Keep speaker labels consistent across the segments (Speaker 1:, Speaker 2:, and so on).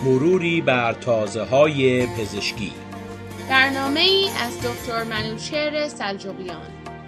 Speaker 1: مروری بر تازه‌های پزشکی.
Speaker 2: برنامه‌ای از دکتر منوچهر سلجوقیان.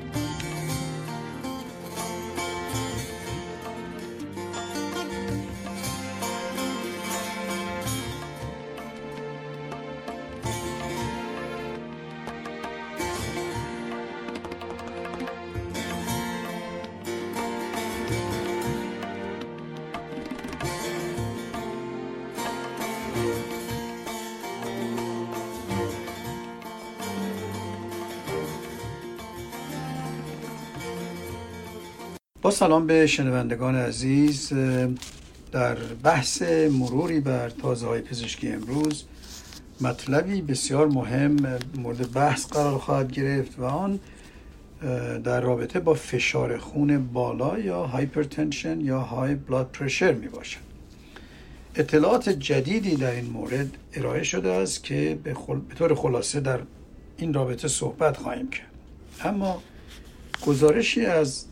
Speaker 3: با سلام به شنوندگان عزیز، در بحث مروری بر تازه‌های پزشکی امروز مطلبی بسیار مهم مورد بحث قرار خواهد گرفت و آن در رابطه با فشار خون بالا یا هایپرتنشن یا های بلاد پرشر می باشد. اطلاعات جدیدی در این مورد ارائه شده است که به طور خلاصه در این رابطه صحبت خواهیم کرد. اما گزارشی از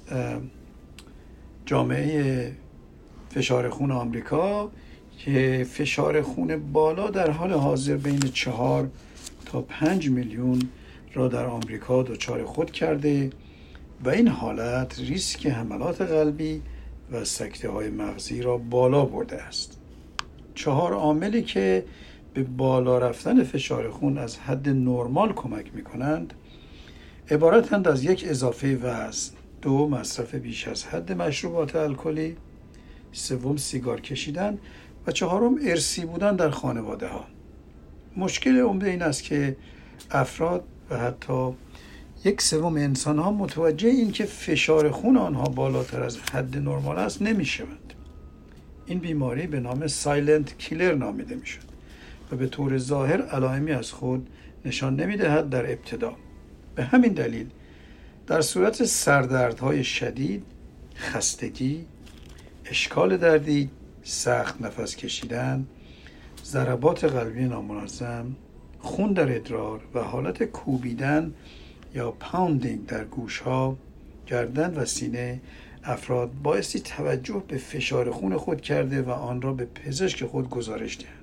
Speaker 3: جامعه فشار خون آمریکا که فشار خون بالا در حال حاضر بین 4 تا 5 میلیون را در آمریکا دچار خود کرده و این حالت ریسک حملات قلبی و سکته‌های مغزی را بالا برده است. 4 عاملی که به بالا رفتن فشار خون از حد نرمال کمک می‌کنند عبارتند از 1 اضافه وزن، 2 مصرف بیش از حد مشروبات الکلی، 3 سیگار کشیدن و 4 ارثی بودن در خانواده ها. مشکل عمده این است که افراد و حتی 1/3 انسان ها متوجه این که فشار خون آنها بالاتر از حد نرمال است نمی شوند. این بیماری به نام سایلنت کیلر نامیده می شود و به طور ظاهر علائمی از خود نشان نمی دهد در ابتدا. به همین دلیل در صورت سردردهای شدید، خستگی، اشکال دردی، سخت نفس کشیدن، ضربات قلبی نامنظم، خون در ادرار و حالت کوبیدن یا پاوندینگ در گوشها، گردن و سینه افراد بایستی توجه به فشار خون خود کرده و آن را به پزشک خود گزارش دهند.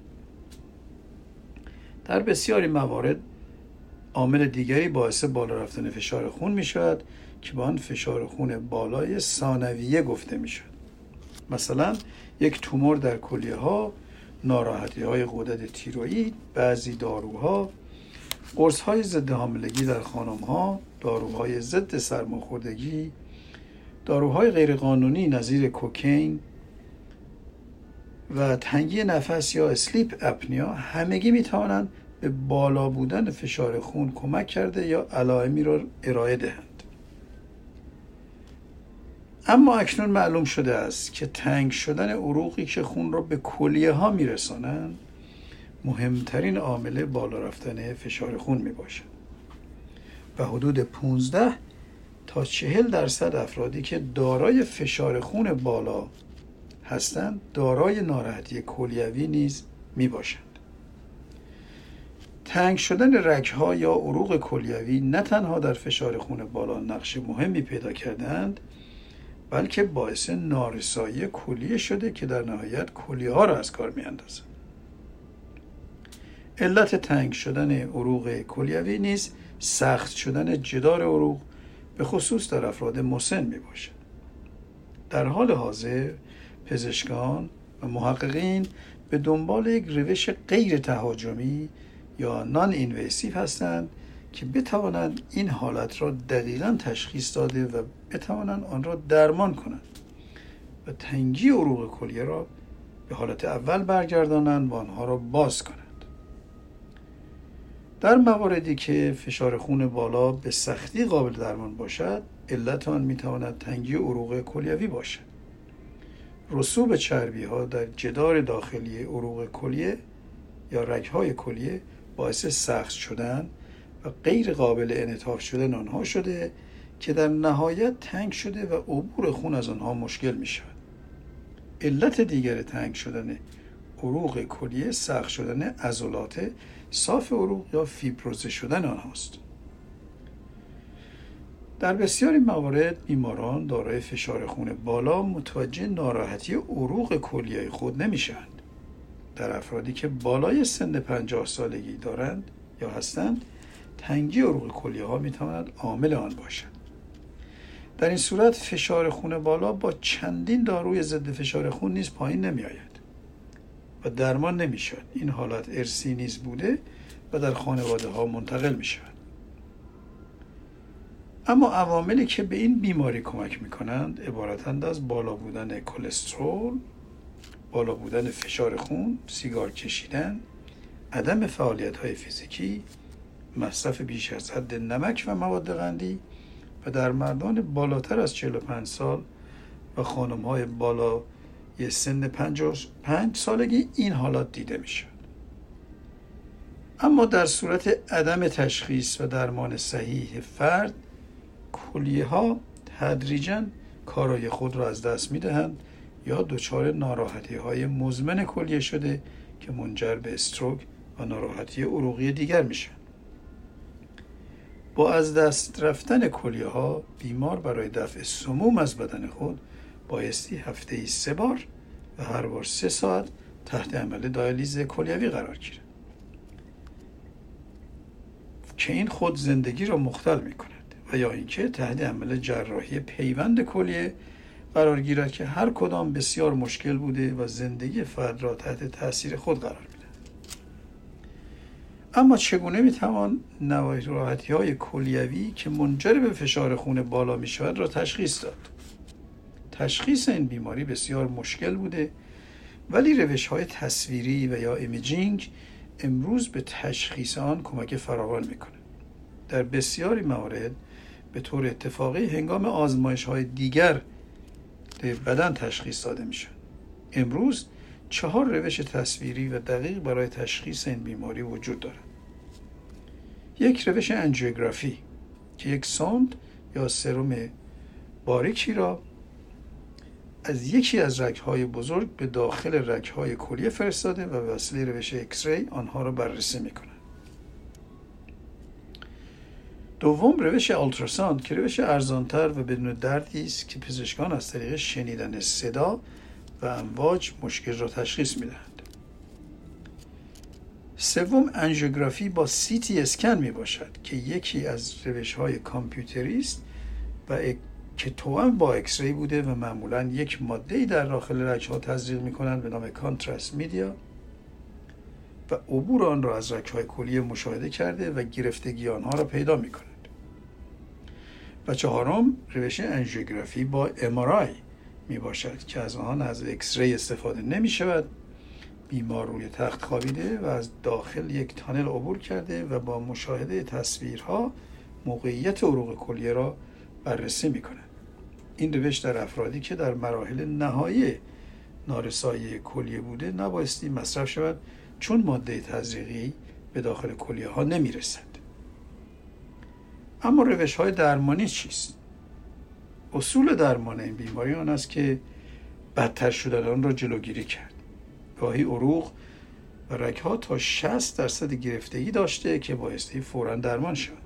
Speaker 3: در بسیاری موارد عامل دیگری باعث بالا رفتن فشار خون می شود که به آن فشار خون بالای ثانویه گفته می شود. مثلا یک تومور در کلیه ها، ناراحتی های غدد تیروئید، بعضی داروها، قرص های ضد حاملگی در خانم ها، داروهای ضد سرماخوردگی، داروهای غیرقانونی نظیر کوکین و تنگی نفس یا اسلیپ اپنیا همگی می توانند به بالا بودن فشار خون کمک کرده یا علائمی را ارائه دهند. اما اکنون معلوم شده است که تنگ شدن عروقی که خون را به کلیه ها می رسانند مهمترین عامل بالا رفتن فشار خون می باشد و حدود 15 تا 40% افرادی که دارای فشار خون بالا هستند دارای ناراحتی کلیوی نیز می باشند. تنگ شدن رگ‌ها یا عروق کلیوی نه تنها در فشار خون بالا نقش مهمی پیدا کردند بلکه باعث نارسایی کلیه شده که در نهایت کلیه ها را از کار می اندازد. علت تنگ شدن عروق کلیوی نیز سخت شدن جدار عروق به خصوص در افراد مسن می باشد. در حال حاضر پزشکان و محققین به دنبال یک روش غیر تهاجمی یا نان اینویسیو هستند که بتوانند این حالت را دقیقاً تشخیص داده و بتوانند آن را درمان کنند و تنگی عروق کلیه را به حالت اول برگردانند و آنها را باز کنند. در مواردی که فشار خون بالا به سختی قابل درمان باشد، علت آن میتواند تنگی عروق کلیوی باشد. رسوب چربی ها در جدار داخلی عروق کلیه یا رگ‌های کلیه باعث سخت شدن و غیر قابل انعطاف شدن آنها شده که در نهایت تنگ شده و عبور خون از آنها مشکل می شود. علت دیگر تنگ شدن عروق کلیه سخت شدن عضلات صاف عروق یا فیبروزه شدن آنهاست. در بسیاری موارد بیماران دارای فشار خون بالا متوجه ناراحتی عروق کلیه خود نمیشوند. در افرادی که بالای سن 50 سالگی دارند یا هستند، تنگی عروق کلیه ها می تواند عامل آن باشد. در این صورت فشار خون بالا با چندین داروی ضد فشار خون نیز پایین نمی آید و درمان نمی شود. این حالت ارثی نیز بوده و در خانواده ها منتقل می شود. اما عواملی که به این بیماری کمک می کنند عبارتند از بالا بودن کلسترول، بالا بودن فشار خون، سیگار کشیدن، عدم فعالیت های فیزیکی، مصرف بیش از حد نمک و مواد قندی و در مردان بالاتر از 45 سال و خانم های بالای سن 55 سالگی این حالات دیده می شود. اما در صورت عدم تشخیص و درمان صحیح فرد، کلیه ها تدریجاً کارای خود را از دست می دهند یا دچار ناراحتی های مزمن کلیه شده که منجر به استروک و ناراحتی عروقی دیگر می شود. با از دست رفتن کلیه ها، بیمار برای دفع سموم از بدن خود بایستی هفته‌ای 3 بار و هر بار 3 ساعت تحت عمل دیالیز کلیوی قرار گیرد که این خود زندگی را مختل می کند و یا اینکه تحت عمل جراحی پیوند کلیه قرار گیرد که هر کدام بسیار مشکل بوده و زندگی فرد را تحت تاثیر خود قرار می‌دهد. اما چگونه میتوان ناراحتی‌های کلیوی که منجر به فشار خون بالا میشود را تشخیص داد؟ تشخیص این بیماری بسیار مشکل بوده، ولی روش‌های تصویری و یا ایمیجینگ امروز به تشخیص آن کمک فراوان می‌کند. در بسیاری موارد به طور اتفاقی هنگام آزمایش‌های دیگر بدن تشخیص داده می‌شود. امروز 4 روش تصویری و دقیق برای تشخیص این بیماری وجود دارد. یک روش انژیوگرافی که یک سوند یا سرم باریکی را از یکی از رگ‌های بزرگ به داخل رگ‌های کلیه فرستاده و به وسیله روش ایکس ری آنها را بررسی می‌کند. دوم روش آلتراساند که روش ارزان‌تر و بدون دردی است که پزشکان از طریق شنیدن صدا و امواج مشکل را تشخیص می‌دهند. سوم انژیوگرافی با CT اسکن میباشد که یکی از روش‌های کامپیوتری است و که توأم با ایکس ری بوده و معمولاً یک ماده‌ای در داخل رگ‌ها تزریق می‌کنند به نام کانتراست میدیا و عبور آن را از رگ‌های کلیه مشاهده کرده و گرفتگی آنها را پیدا می‌کند. و چهارم روش انژیوگرافی با MRI میباشد که از آن از ایکس ری استفاده نمی‌شود. بیمار روی تخت خوابیده و از داخل یک تانل عبور کرده و با مشاهده تصویرها موقعیت عروق کلیه را بررسی می‌کند. این روش در افرادی که در مراحل نهایی نارسایی کلیه بوده نبایستی مصرف شود چون ماده تزریقی به داخل کلیه ها نمی‌رسد. اما روش‌های درمانی چیست؟ اصول درمان این بیماری آن است که بدتر شدن آن را جلوگیری کرد. گاهی عروق و رگ‌ها تا 60% گرفتگی داشته که بایستی فوراً درمان شود.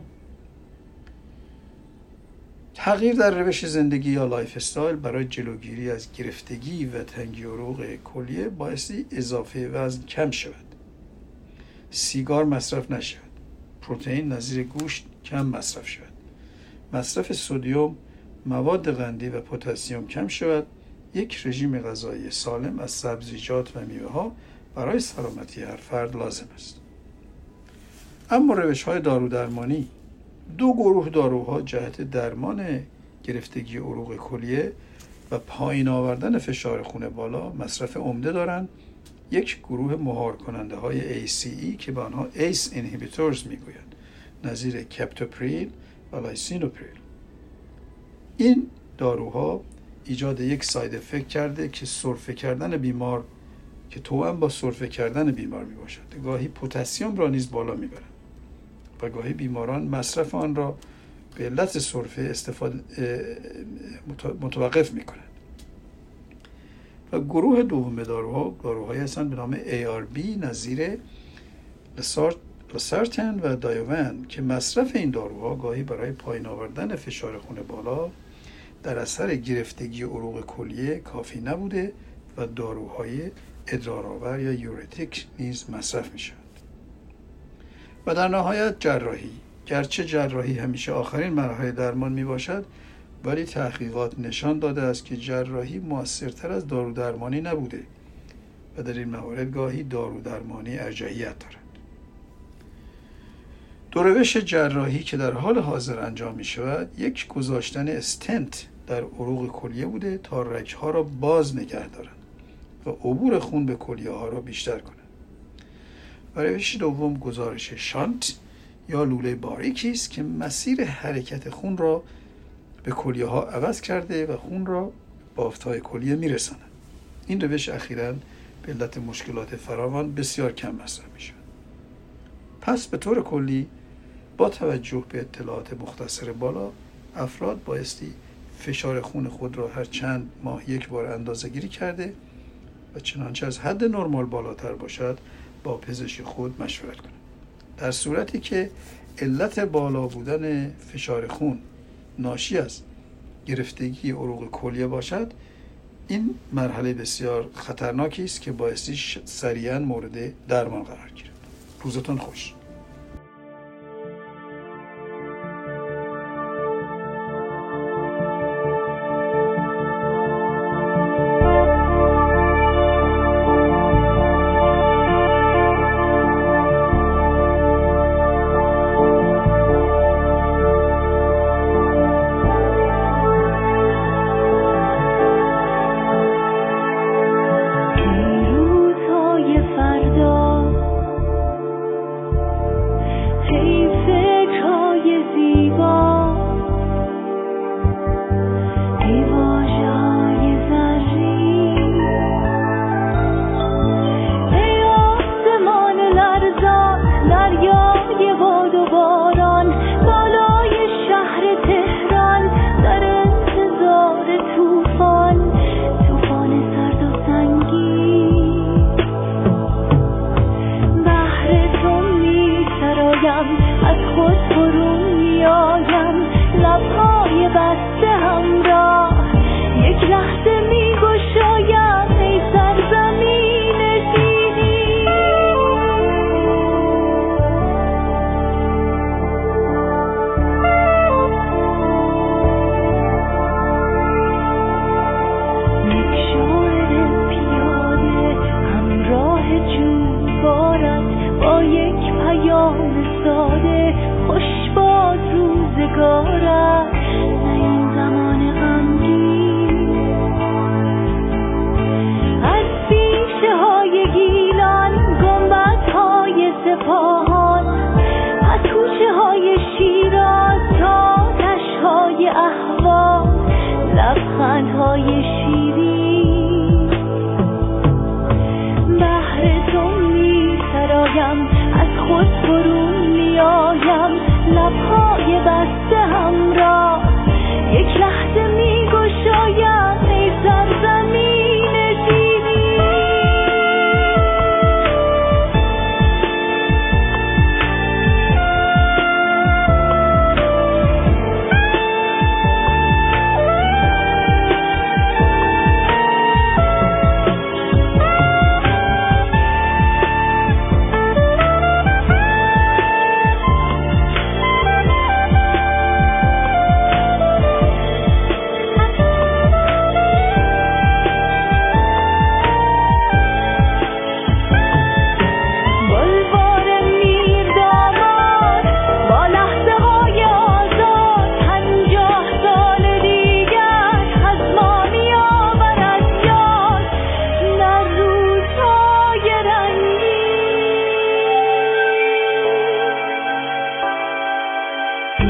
Speaker 3: تغییر در روش زندگی یا لایف استایل برای جلوگیری از گرفتگی و تنگی عروق کلیه بایستی اضافه وزن کم شود. سیگار مصرف نشود. پروتئین نظیر گوشت کم مصرف شود. مصرف سدیم، مواد قندی و پتاسیم کم شود. یک رژیم غذایی سالم از سبزیجات و میوه‌ها برای سلامتی هر فرد لازم است. اما روش‌های دارودرمانی، 2 گروه داروها جهت درمان گرفتگی عروق کلیه و پایین آوردن فشار خون بالا مصرف عمده دارند. یک گروه مهار کننده های ACE که به آنها ACE inhibitors میگویند، نظیر کپتوپریل و لایسینوپریل. این داروها ایجاد یک ساید افکت کرده که سرفه کردن بیمار که توأم با سرفه کردن بیمار می باشد. گاهی پتاسیم را نیز بالا می برند و گاهی بیماران مصرف آن را به علت سرفه متوقف می کنند. و گروه دوم داروهایی هستند به نام ARB نظیر لسارتن و دایوون که مصرف این داروها گاهی برای پایین آوردن فشار خون بالا در اثر گرفتگی عروق کلیه کافی نبوده و داروهای ادرارآور یا یورتیک نیز مصرف می شود. و در نهایت جراحی. گرچه جراحی همیشه آخرین مرحله درمان می باشد، ولی تحقیقات نشان داده است که جراحی مؤثرتر از دارو درمانی نبوده و در این موارد گاهی دارو درمانی ارجحیت دارد. دو روش جراحی که در حال حاضر انجام می شود، یک گذاشتن استنت در عروق کلیه بوده تا رگ‌ها را باز نگه دارند و عبور خون به کلیه ها را بیشتر کنند. و روش دوم گزارش شانت یا لوله باریکی است که مسیر حرکت خون را به کلیه ها عوض کرده و خون را بافت‌های کلیه می‌رساند. این روش اخیراً به علت مشکلات فراوان بسیار کم مصرف می‌شود. پس به طور کلی با توجه به اطلاعات مختصر بالا، افراد بایستی فشار خون خود را هر چند ماه یک بار اندازه‌گیری کرده و چنانچه از حد نرمال بالاتر باشد با پزشک خود مشورت کنند. در صورتی که علت بالا بودن فشار خون ناشی از گرفتگی عروق کلیه باشد، این مرحله بسیار خطرناکی است که بایستی سریعاً مورد درمان قرار گیرد. روزتون خوش.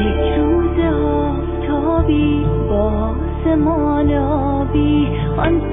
Speaker 4: آسمان آبی آن